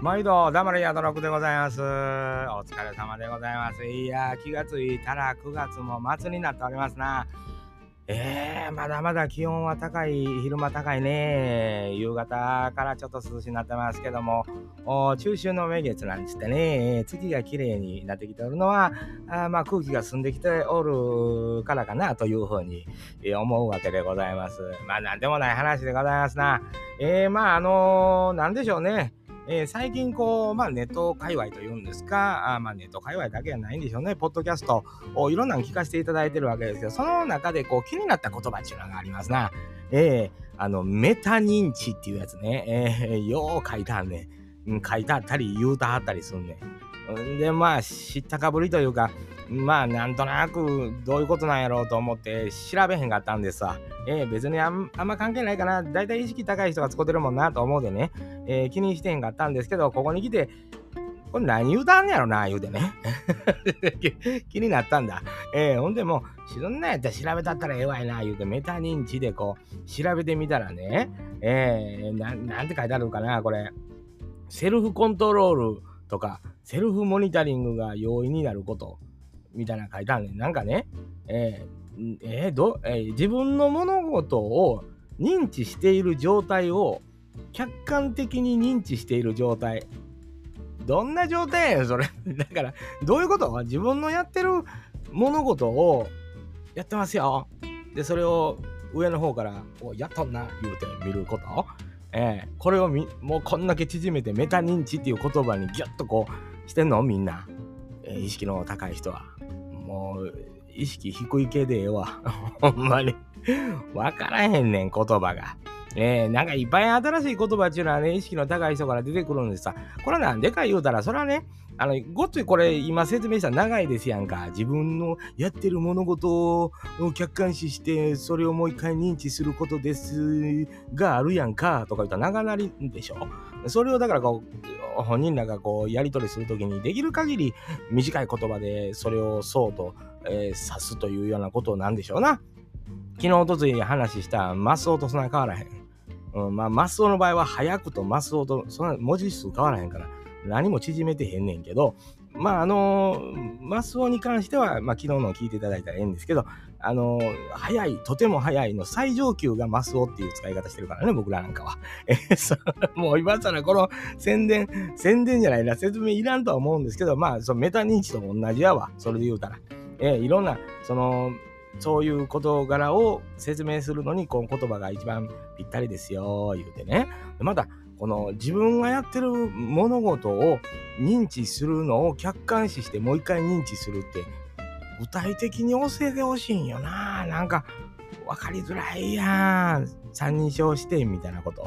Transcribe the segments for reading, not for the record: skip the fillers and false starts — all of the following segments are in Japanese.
毎度黙れやどろくでございます。お疲れ様でございます。いや気がついたら9月も末になっておりますな。まだまだ気温は高い、昼間高いね。夕方からちょっと涼しになってますけども、中秋の名月なんつってね、月が綺麗になってきておるのは、空気が澄んできておるからかなというふうに思うわけでございます。なんでもない話でございますな。なんでしょうね。最近ネット界隈というんですか、ネット界隈だけじゃないんでしょうね。ポッドキャストいろんなの聞かせていただいてるわけですけど、その中で気になった言葉っていうのがありますな。メタ認知っていうやつね。よう書いてあんねん。書いてあったり言うたはったりすんねん。で知ったかぶりというか、なんとなくどういうことなんやろうと思って調べへんかったんですわ。別にあんま関係ないかな。だいたい意識高い人が使ってるもんなと思うでね、気にしてへんかったんですけど、ここに来てこれ何言うたんやろな言うてね気になったんだ。ほんでもう知らんなやったら調べたったらええわいな言うて、メタ認知で調べてみたらね、なんて書いてあるかな。これセルフコントロールとかセルフモニタリングが容易になることみたいなの書いてあるね。なんかね、自分の物事を認知している状態を客観的に認知している状態。どんな状態やねんそれ。だからどういうこと？自分のやってる物事をやってますよ。でそれを上の方からやっとんな言うて見ること。これをもうこんだけ縮めてメタ認知っていう言葉にギュッとしてんのみんな。意識の高い人はもう意識低い系でええわ。ほんまに分からへんねん言葉が。なんかいっぱい新しい言葉っていうのはね、意識の高い人から出てくるんですさ。これなんでか言うたら、それはね、ごっついこれ今説明したら長いですやんか。自分のやってる物事を客観視して、それをもう一回認知することですがあるやんかとか言ったら長なりでしょ。それをだから本人らがやり取りするときにできる限り短い言葉でそれをそうと、指すというようなことなんでしょうな。昨日おとつい話したマスオとそんなに変わらへん。マスオの場合は早くとマスオとそんな文字数変わらへんから何も縮めてへんねんけど、マスオに関しては、昨日の聞いていただいたらええんですけど、早い、とても早いの最上級がマスオっていう使い方してるからね、僕らなんかは。もう今更この宣伝じゃないな、説明いらんとは思うんですけど、そのメタ認知と同じやわ、それで言うたら。いろんな、そういう事柄を説明するのにこの言葉が一番ぴったりですよ言うてね。またこの自分がやってる物事を認知するのを客観視してもう一回認知するって具体的に教えてほしいんよな。なんか分かりづらいやん。三人称視点みたいなこと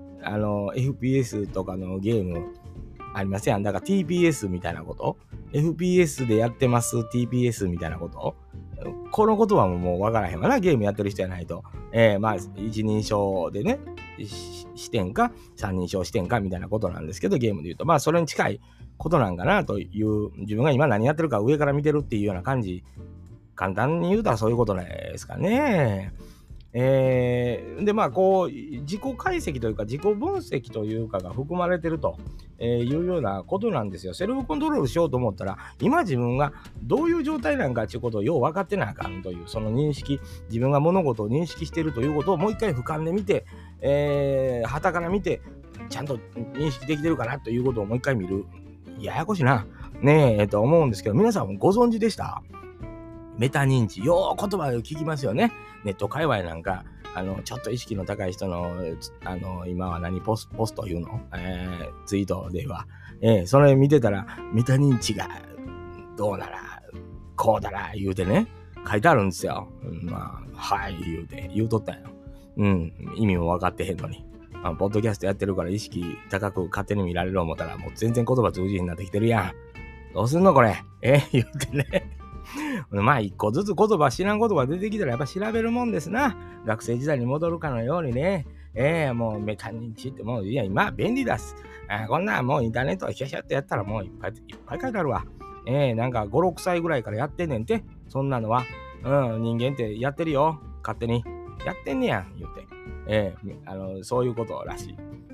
。FPS とかのゲームありますやん。だから TPS みたいなこと。FPS でやってます TPS みたいなこと。この言葉ももう分からへんわな、ゲームやってる人やないと。一人称でね、視点か三人称視点かみたいなことなんですけど、ゲームで言うとそれに近いことなんかなという、自分が今何やってるか上から見てるっていうような感じ、簡単に言うたらそういうことなんですかね。で自己解析というか自己分析というかが含まれてるというようなことなんですよ。セルフコントロールしようと思ったら今自分がどういう状態なんかっていうことをよう分かってなあかんという、その認識、自分が物事を認識しているということをもう一回俯瞰で見て、傍から見てちゃんと認識できてるかなということをもう一回見る。ややこしいなねえと思うんですけど、皆さんご存知でした？メタ認知、よう言葉を聞きますよね。ネット界隈なんかちょっと意識の高い人の今はポストいうの、ツイートでは、それ見てたらメタ認知がどうならこうだら言うてね書いてあるんですよ。はい言うとったんよ。意味も分かってへんのに。ポッドキャストやってるから意識高く勝手に見られる思ったらもう全然言葉通じになってきてるやん。どうすんのこれ言うてね。一個ずつ知らん言葉出てきたらやっぱ調べるもんですな。学生時代に戻るかのようにね。もうメタ認知ってもう今便利だす。こんなんもうインターネットはシャシャってやったらもういっぱい書いてあるわ。なんか5、6歳ぐらいからやってんねんて。そんなのは。人間ってやってるよ。勝手に。やってんねやん。言うて。そういうことらしい。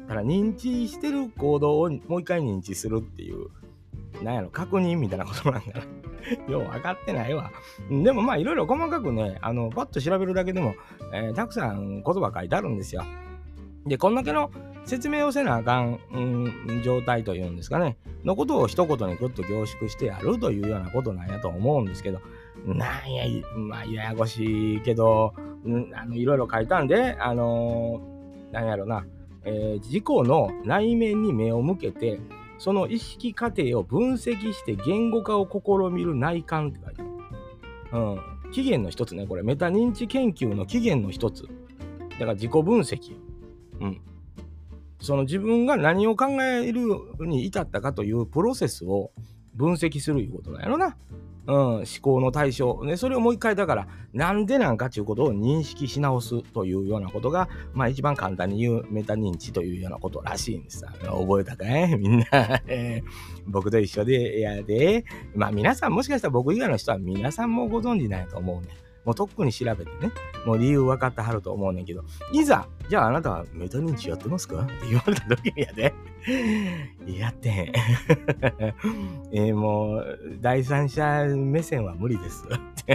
ただ認知してる行動をもう一回認知するっていう、なんやろ、確認みたいなことなんかな。よう分かってないわ。でもまあいろいろ細かくね、パッと調べるだけでも、たくさん言葉書いてあるんですよ。で、こんだけの説明をせなあかん、状態というんですかね、のことを一言にぐっと凝縮してやるというようなことなんやと思うんですけど、なんや、まあややこしいけど、いろいろ書いたんで、なんやろな、自己の内面に目を向けて、その意識過程を分析して言語化を試みる内観って書いてある。起源の一つね、これメタ認知研究の起源の一つ。だから自己分析。その自分が何を考えるに至ったかというプロセスを分析するいうことなんやろな。思考の対象、ね、それをもう一回だからなんでなんかということを認識し直すというようなことが、まあ一番簡単に言うメタ認知というようなことらしいんです。覚えたかいみんな、僕と一緒でやで、まあ皆さんもしかしたら僕以外の人は皆さんもご存じないと思うね。もうとっくに調べてね、もう理由分かってはると思うねんけど、いざ、じゃああなたはメタ認知やってますかって言われた時にやで、やってへん。もう、第三者目線は無理ですって、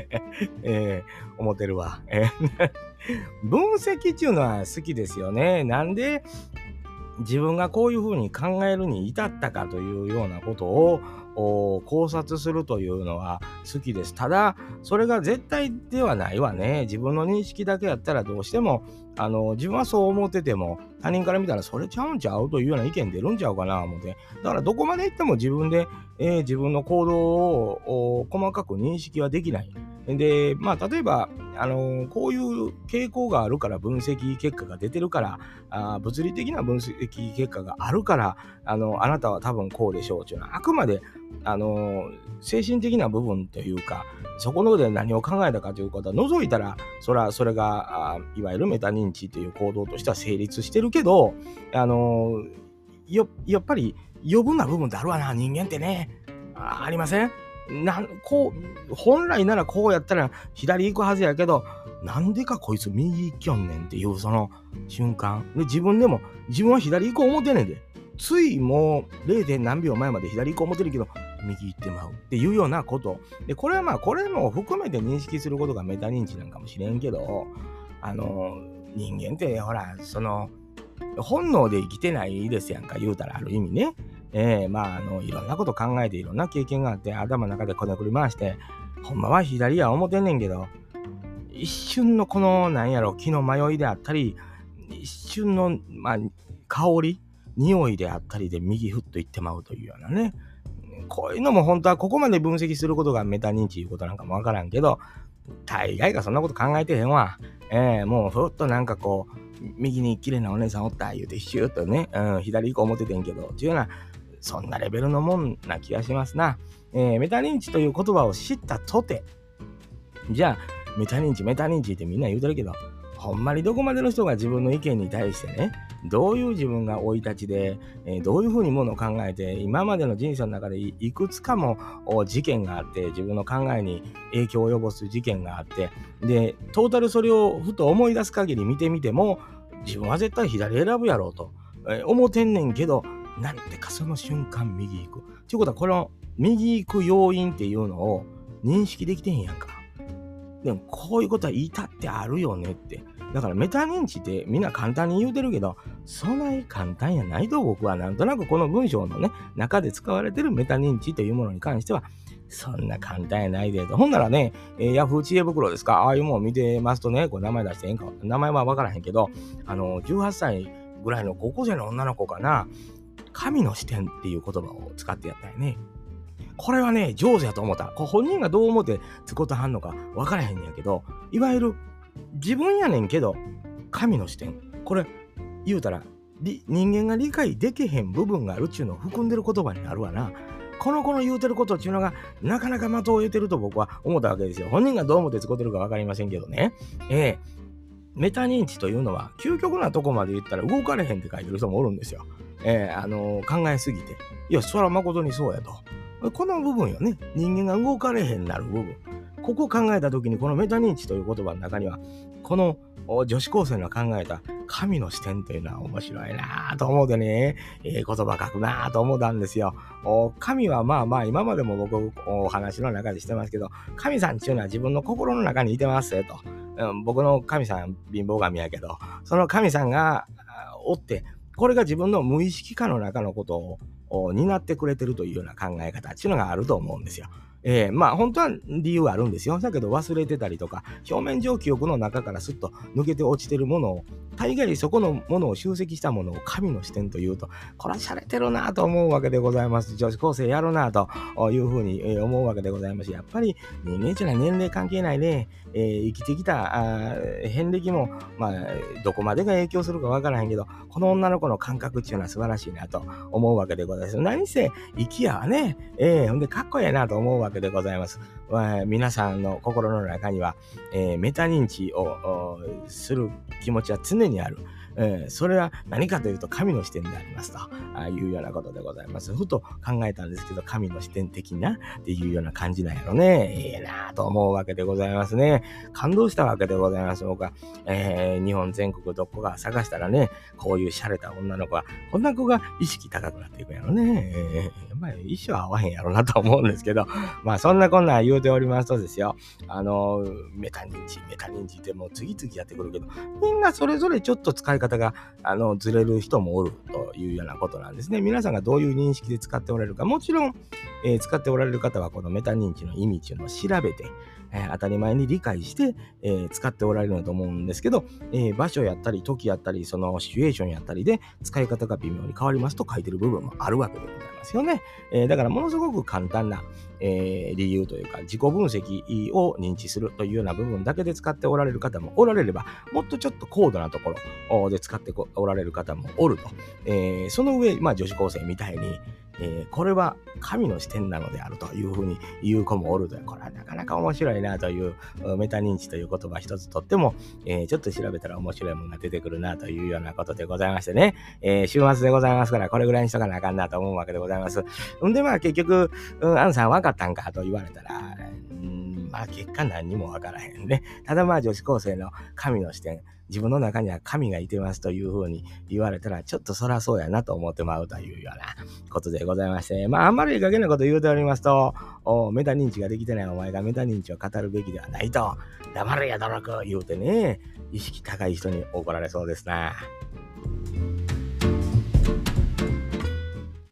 思ってるわ。分析っていうのは好きですよね。なんで自分がこういうふうに考えるに至ったかというようなことを考察するというのは好きです。ただそれが絶対ではないわね。自分の認識だけやったらどうしても自分はそう思ってても他人から見たらそれちゃうんちゃうというような意見出るんちゃうかな思って、だからどこまで行っても自分で、自分の行動を細かく認識はできない。でまあ例えばこういう傾向があるから分析結果が出てるから物理的な分析結果があるからあなたは多分こうでしょうというのはあくまで精神的な部分というかそこので何を考えたかということは除いたらそれがいわゆるメタ認知という行動としては成立してるけどやっぱり余分な部分ってあるわな人間ってね。ありません？本来ならこうやったら左行くはずやけどなんでかこいつ右行きよんねんっていうその瞬間で自分は左行こう思ってんねんでついもう 0. 何秒前まで左行こう思ってるけど右行ってまうっていうようなことでこれはまあこれも含めて認識することがメタ認知なんかもしれんけど人間ってほらその本能で生きてないですやんか言うたらある意味ね。まあいろんなこと考えていろんな経験があって頭の中でこねくり回してほんまは左や思ってんねんけど一瞬のこのなんやろ気の迷いであったり一瞬の、まあ、香り匂いであったりで右ふっといってまうというようなねこういうのも本当はここまで分析することがメタ認知いうことなんかもわからんけど大概がそんなこと考えてへんわ。もうふっとなんかこう右に綺麗なお姉さんおった言うてシューッとね、左行こう思っててんけどっていうようなそんなレベルのもんな気がしますな。メタ認知という言葉を知ったとてじゃあメタ認知ってみんな言うてるけどほんまにどこまでの人が自分の意見に対してねどういう自分が生い立ちで、どういうふうにものを考えて今までの人生の中でいくつかも事件があって自分の考えに影響を及ぼす事件があってでトータルそれをふと思い出す限り見てみても自分は絶対左選ぶやろうと、思ってんねんけどなんでかその瞬間右行くということはこの右行く要因っていうのを認識できてへんやんか。でもこういうことは至ってあるよねって。だからメタ認知ってみんな簡単に言うてるけどそんなに簡単やないと僕はなんとなくこの文章のね中で使われてるメタ認知というものに関してはそんな簡単やないでと。ほんならね、ヤフー知恵袋ですかああいうものを見てますとねこれ名前出してええんか名前は分からへんけど18歳ぐらいの高校生の女の子かな神の視点っていう言葉を使ってやったよね。これはね上手やと思った。本人がどう思って使ってはんのか分からへんねんけどいわゆる自分やねんけど神の視点これ言うたら人間が理解できへん部分があるっちゅうのを含んでる言葉になるわな。この子の言うてることっていうのがなかなか的を得てると僕は思ったわけですよ。本人がどう思って使ってるか分かりませんけどね。メタ認知というのは究極なとこまで言ったら動かれへんって書いてる人もおるんですよ。考えすぎていやそれは誠にそうやと。この部分よね人間が動かれへんなる部分ここを考えた時にこのメタ認知という言葉の中にはこの女子高生の考えた神の視点というのは面白いなと思うてね、言葉書くなと思ったんですよ。神はまあまあ今までも僕お話の中でしてますけど、神さんっていうのは自分の心の中にいてますよと。僕の神さん貧乏神やけど、その神さんがおって、これが自分の無意識化の中のことを担ってくれてるというような考え方っていうのがあると思うんですよ。まあ本当は理由あるんですよ。だけど忘れてたりとか、表面上記憶の中からスッと抜けて落ちてるものを、大概そこのものを集積したものを神の視点というと、これは洒落てるなと思うわけでございます。女子高生やるなというふうに思うわけでございます。やっぱり人間というのは年齢関係ないね。生きてきた遍歴も、まあ、どこまでが影響するかわからへんけど、この女の子の感覚っていうのは素晴らしいなと思うわけでございます。何せ生きやはね、ほんでかっこええなと思うわけでございます。皆さんの心の中には、メタ認知をする気持ちは常にある。それは何かというと神の視点でありますというようなことでございます。ふと考えたんですけど、神の視点的なっていうような感じなんやろね。ええなぁと思うわけでございますね。感動したわけでございます。僕は、日本全国どこか探したらね、こういう洒落た女の子は、こんな子が意識高くなっていくんやろね。まあ一生合わへんやろなと思うんですけど、まあそんなこんな言うておりますとですよ、メタ認知ってもう次々やってくるけど、みんなそれぞれちょっと使い方がずれる人もおるというようなことなんですね。皆さんがどういう認識で使っておられるか、もちろん、使っておられる方はこのメタ認知の意味っていうのを調べて、当たり前に理解して、使っておられるんだと思うんですけど、場所やったり時やったりそのシチュエーションやったりで使い方が微妙に変わりますと書いてる部分もあるわけでございますよね。だからものすごく簡単な、理由というか自己分析を認知するというような部分だけで使っておられる方もおられれば、もっとちょっと高度なところで使っておられる方もおると。その上、女子高生みたいにこれは神の視点なのであるというふうに言う子もおるという、これはなかなか面白いなというメタ認知という言葉一つとっても、ちょっと調べたら面白いものが出てくるなというようなことでございましてね、週末でございますからこれぐらいにしとかなあかんなと思うわけでございます。んで結局、アンさん分かったんかと言われたら、結果何にも分からへんね。ただ女子高生の神の視点、自分の中には神がいてますというふうに言われたら、ちょっとそらそうやなと思ってまうというようなことでございまして、あんまりいい加減なこと言うておりますと、メタ認知ができてないお前がメタ認知を語るべきではないと、黙れやどろく言うてね、意識高い人に怒られそうですな。